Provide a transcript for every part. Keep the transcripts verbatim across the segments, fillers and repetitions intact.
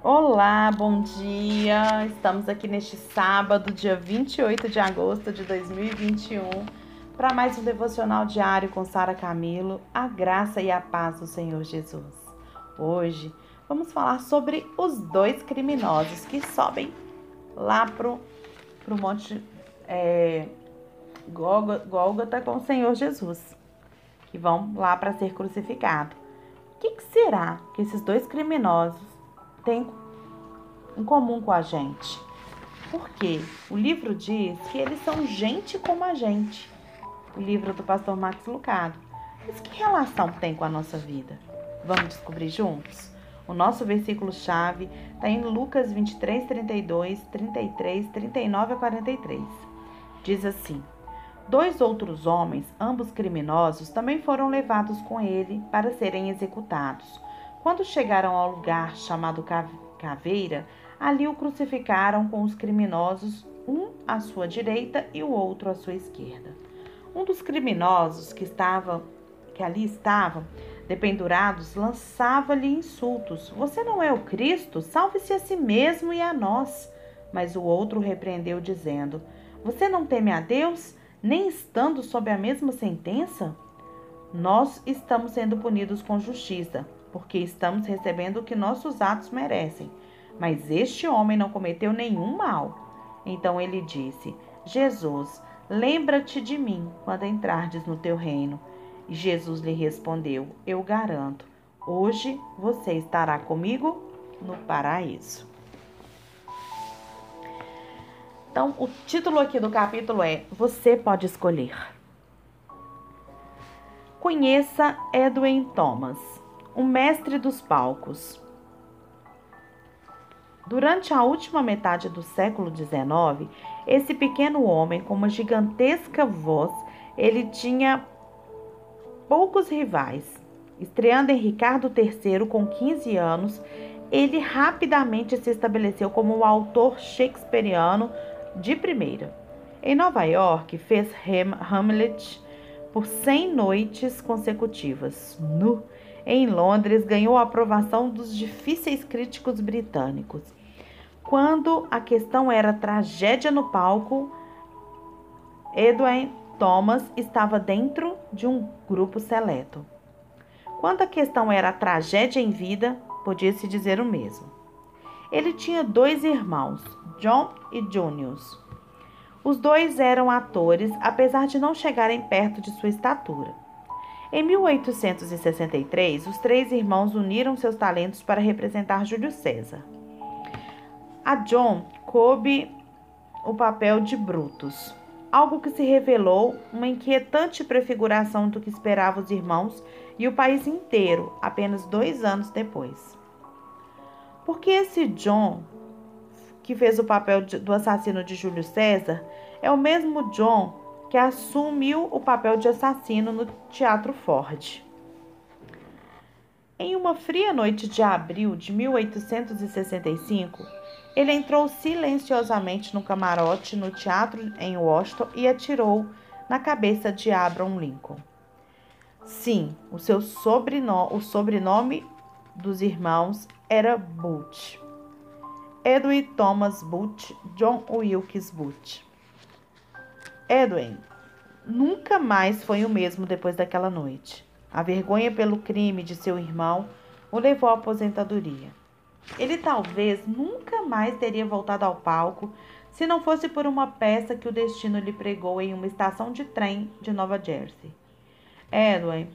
Olá, bom dia! Estamos aqui neste sábado, dia vinte e oito de agosto de dois mil e vinte e um, para mais um devocional diário com Sara Camilo, a graça e a paz do Senhor Jesus. Hoje vamos falar sobre os dois criminosos que sobem lá pro, pro monte é, Gólgota com o Senhor Jesus, que vão lá para ser crucificado. O que, que será que esses dois criminosos têm em comum com a gente? Porque o livro diz que eles são gente como a gente. O livro do pastor Max Lucado. Mas que relação tem com a nossa vida? Vamos descobrir juntos? O nosso versículo-chave está em Lucas vinte e três, trinta e dois, trinta e três, trinta e nove a quarenta e três. Diz assim: Dois outros homens, ambos criminosos, também foram levados com ele para serem executados. Quando chegaram ao lugar chamado Caveira, ali o crucificaram com os criminosos, um à sua direita e o outro à sua esquerda. Um dos criminosos que, estava, que ali estavam, dependurados, lançava-lhe insultos. Você não é o Cristo? Salve-se a si mesmo e a nós. Mas o outro repreendeu, dizendo: Você não teme a Deus, nem estando sob a mesma sentença? Nós estamos sendo punidos com justiça, porque estamos recebendo o que nossos atos merecem. Mas este homem não cometeu nenhum mal. Então ele disse: Jesus, lembra-te de mim quando entrardes no teu reino. E Jesus lhe respondeu: Eu garanto, hoje você estará comigo no paraíso. Então, o título aqui do capítulo é Você Pode Escolher. Conheça Edwin Thomas, o mestre dos palcos. Durante a última metade do século dezenove, esse pequeno homem com uma gigantesca voz, ele tinha poucos rivais. Estreando em Ricardo terceiro com quinze anos, ele rapidamente se estabeleceu como um autor shakespeariano de primeira. Em Nova York, fez Hamlet por cem noites consecutivas. Nu. Em Londres, ganhou a aprovação dos difíceis críticos britânicos. Quando a questão era tragédia no palco, Edwin Thomas estava dentro de um grupo seleto. Quando a questão era tragédia em vida, podia-se dizer o mesmo. Ele tinha dois irmãos, John e Junius. Os dois eram atores, apesar de não chegarem perto de sua estatura. Em mil oitocentos e sessenta e três, os três irmãos uniram seus talentos para representar Júlio César. A John coube o papel de Brutus, algo que se revelou uma inquietante prefiguração do que esperavam os irmãos e o país inteiro apenas dois anos depois. Porque esse John, que fez o papel de, do assassino de Júlio César, é o mesmo John que assumiu o papel de assassino no Teatro Ford. Em uma fria noite de abril de mil oitocentos e sessenta e cinco, ele entrou silenciosamente no camarote no teatro em Washington e atirou na cabeça de Abraham Lincoln. Sim, o seu sobrenome, o sobrenome dos irmãos era Booth. Edwin Thomas Booth, John Wilkes Booth. Edwin nunca mais foi o mesmo depois daquela noite. A vergonha pelo crime de seu irmão o levou à aposentadoria. Ele talvez nunca mais teria voltado ao palco se não fosse por uma peça que o destino lhe pregou em uma estação de trem de Nova Jersey. Edwin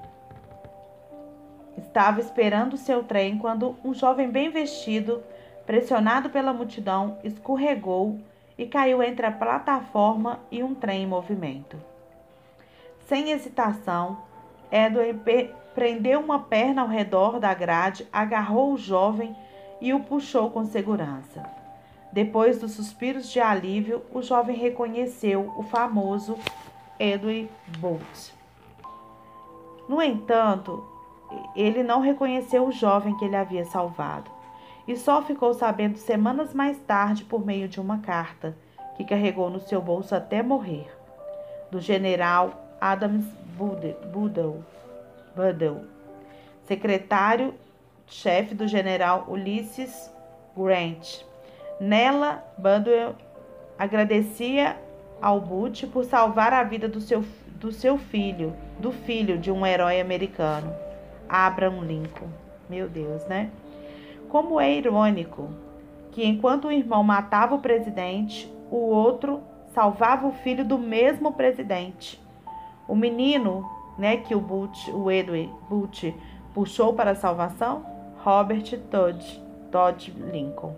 estava esperando seu trem quando um jovem bem vestido, pressionado pela multidão, escorregou e caiu entre a plataforma e um trem em movimento. Sem hesitação, Edwin prendeu uma perna ao redor da grade, agarrou o jovem e o puxou com segurança. Depois dos suspiros de alívio, o jovem reconheceu o famoso Edwin Booth. No entanto, ele não reconheceu o jovem que ele havia salvado e só ficou sabendo semanas mais tarde por meio de uma carta que carregou no seu bolso até morrer, do general Adams Buddle, Buddle secretário-chefe do general Ulysses Grant. Nela, Baldwin agradecia ao Butch por salvar a vida do seu, do seu filho, do filho de um herói americano, Abraham Lincoln. Meu Deus, né? Como é irônico que enquanto o irmão matava o presidente, o outro salvava o filho do mesmo presidente. O menino, né, que o Butch, o Edward Butch puxou para a salvação, Robert Todd, Todd Lincoln.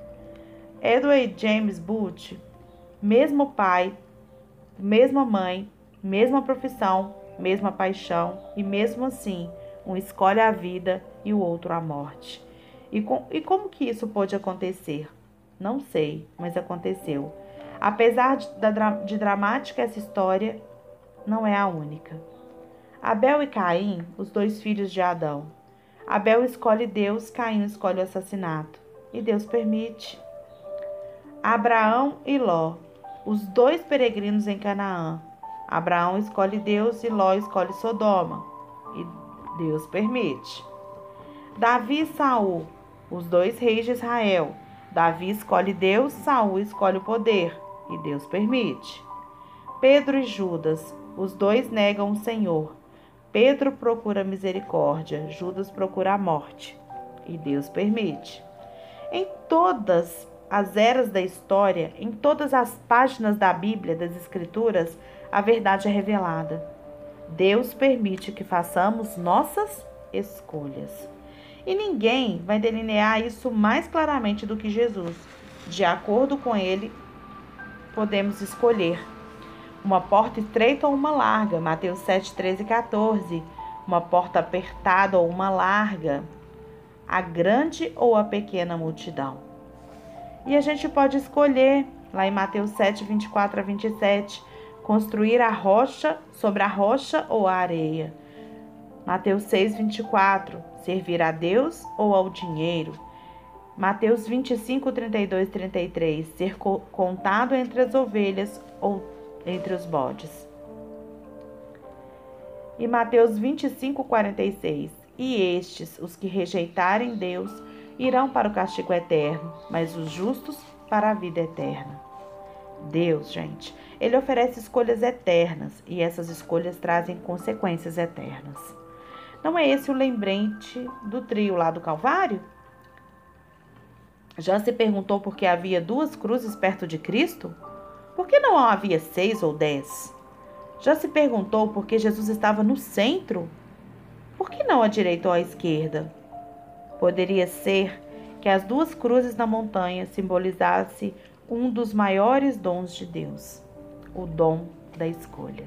Edward James Butch, mesmo pai, mesma mãe, mesma profissão, mesma paixão, e mesmo assim, um escolhe a vida e o outro a morte. E, com, e como que isso pôde acontecer? Não sei, mas aconteceu. Apesar de, de dramática essa história, não é a única. Abel e Caim, os dois filhos de Adão. Abel escolhe Deus, Caim escolhe o assassinato. E Deus permite. Abraão e Ló, os dois peregrinos em Canaã. Abraão escolhe Deus e Ló escolhe Sodoma. E Deus permite. Davi e Saul, os dois reis de Israel. Davi escolhe Deus, Saul escolhe o poder. E Deus permite. Pedro e Judas, os dois negam o Senhor. Pedro procura misericórdia, Judas procura a morte. E Deus permite. Em todas as eras da história, em todas as páginas da Bíblia, das Escrituras, a verdade é revelada. Deus permite que façamos nossas escolhas. E ninguém vai delinear isso mais claramente do que Jesus. De acordo com ele, podemos escolher uma porta estreita ou uma larga, Mateus sete, treze e quatorze. Uma porta apertada ou uma larga, a grande ou a pequena multidão. E a gente pode escolher, lá em Mateus sete, vinte e quatro a vinte e sete, construir a rocha sobre a rocha ou a areia. Mateus seis, vinte e quatro, servir a Deus ou ao dinheiro. Mateus vinte e cinco, trinta e dois e trinta e três, ser contado entre as ovelhas ou entre os bodes. E Mateus vinte e cinco, quarenta e seis, e estes, os que rejeitarem Deus, irão para o castigo eterno, mas os justos para a vida eterna. Deus, gente, Ele oferece escolhas eternas e essas escolhas trazem consequências eternas. Não é esse o lembrete do trio lá do Calvário? Já se perguntou por que havia duas cruzes perto de Cristo? Por que não havia seis ou dez? Já se perguntou por que Jesus estava no centro? Por que não à direita ou à esquerda? Poderia ser que as duas cruzes na montanha simbolizassem um dos maiores dons de Deus, o dom da escolha.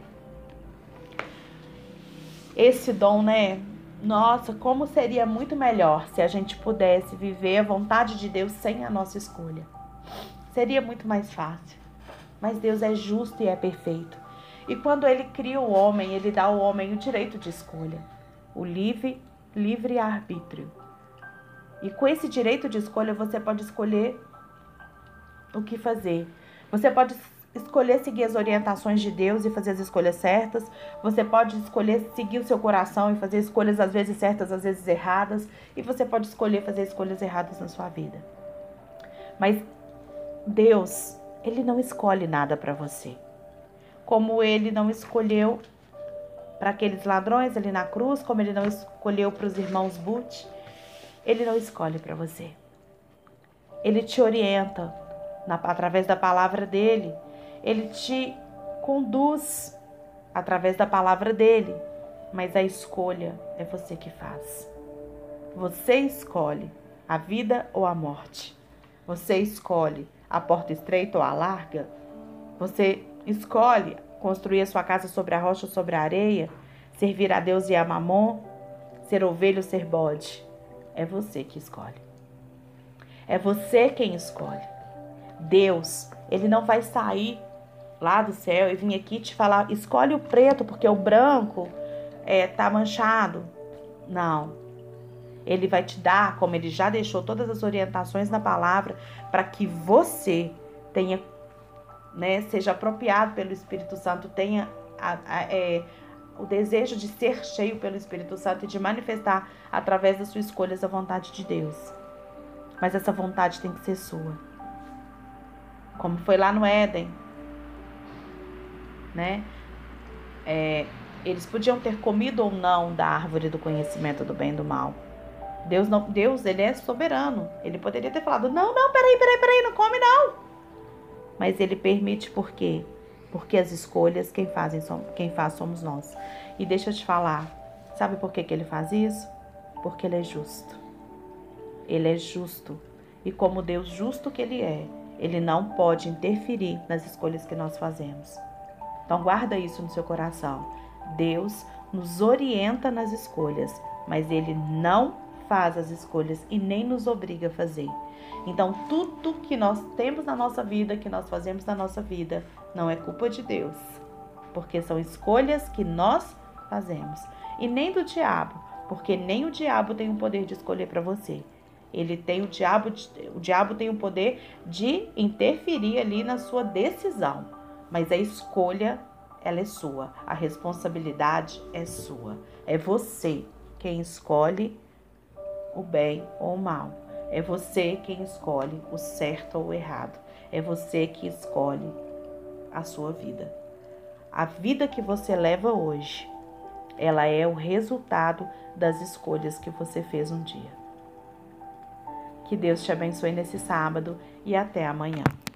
Esse dom, né? Nossa, como seria muito melhor se a gente pudesse viver a vontade de Deus sem a nossa escolha. Seria muito mais fácil. Mas Deus é justo e é perfeito. E quando Ele cria o homem, Ele dá ao homem o direito de escolha, o livre, livre arbítrio. E com esse direito de escolha, você pode escolher o que fazer. Você pode escolher seguir as orientações de Deus e fazer as escolhas certas. Você pode escolher seguir o seu coração e fazer escolhas às vezes certas, às vezes erradas. E você pode escolher fazer escolhas erradas na sua vida. Mas Deus, Ele não escolhe nada para você. Como Ele não escolheu para aqueles ladrões ali na cruz, como Ele não escolheu para os irmãos Butch, Ele não escolhe para você. Ele te orienta na, através da palavra dEle. Ele te conduz através da palavra dEle. Mas a escolha é você que faz. Você escolhe a vida ou a morte. Você escolhe a porta estreita ou a larga. Você escolhe construir a sua casa sobre a rocha ou sobre a areia, servir a Deus e a Mamon, ser ovelha ou ser bode. É você que escolhe. É você quem escolhe. Deus, Ele não vai sair lá do céu e vir aqui te falar, escolhe o preto porque o branco é, tá manchado. Não. Ele vai te dar, como Ele já deixou todas as orientações na palavra, para que você tenha, né, seja apropriado pelo Espírito Santo, tenha a, a, é, o desejo de ser cheio pelo Espírito Santo e de manifestar através das suas escolhas a vontade de Deus. mas essa vontade tem que ser sua. Como foi lá no Éden, né? É, eles podiam ter comido ou não da árvore do conhecimento do bem e do mal. Deus, não, Deus, ele é soberano. Ele poderia ter falado, não, não, peraí, peraí, peraí, não come não. Mas ele permite por quê? Porque as escolhas, quem, fazem, quem faz somos nós. E deixa eu te falar, sabe por que, que ele faz isso? Porque ele é justo. Ele é justo. E como Deus justo que ele é, ele não pode interferir nas escolhas que nós fazemos. Então guarda isso no seu coração. Deus nos orienta nas escolhas, mas ele não faz as escolhas e nem nos obriga a fazer. Então tudo que nós temos na nossa vida, que nós fazemos na nossa vida, não é culpa de Deus, porque são escolhas que nós fazemos. E nem do diabo, porque nem o diabo tem o poder de escolher para você. Ele tem o diabo, o diabo tem o poder de interferir ali na sua decisão, mas a escolha, ela é sua, a responsabilidade é sua. É você quem escolhe o bem ou o mal. É você quem escolhe o certo ou o errado. É você que escolhe a sua vida. A vida que você leva hoje, ela é o resultado das escolhas que você fez um dia. Que Deus te abençoe nesse sábado e até amanhã.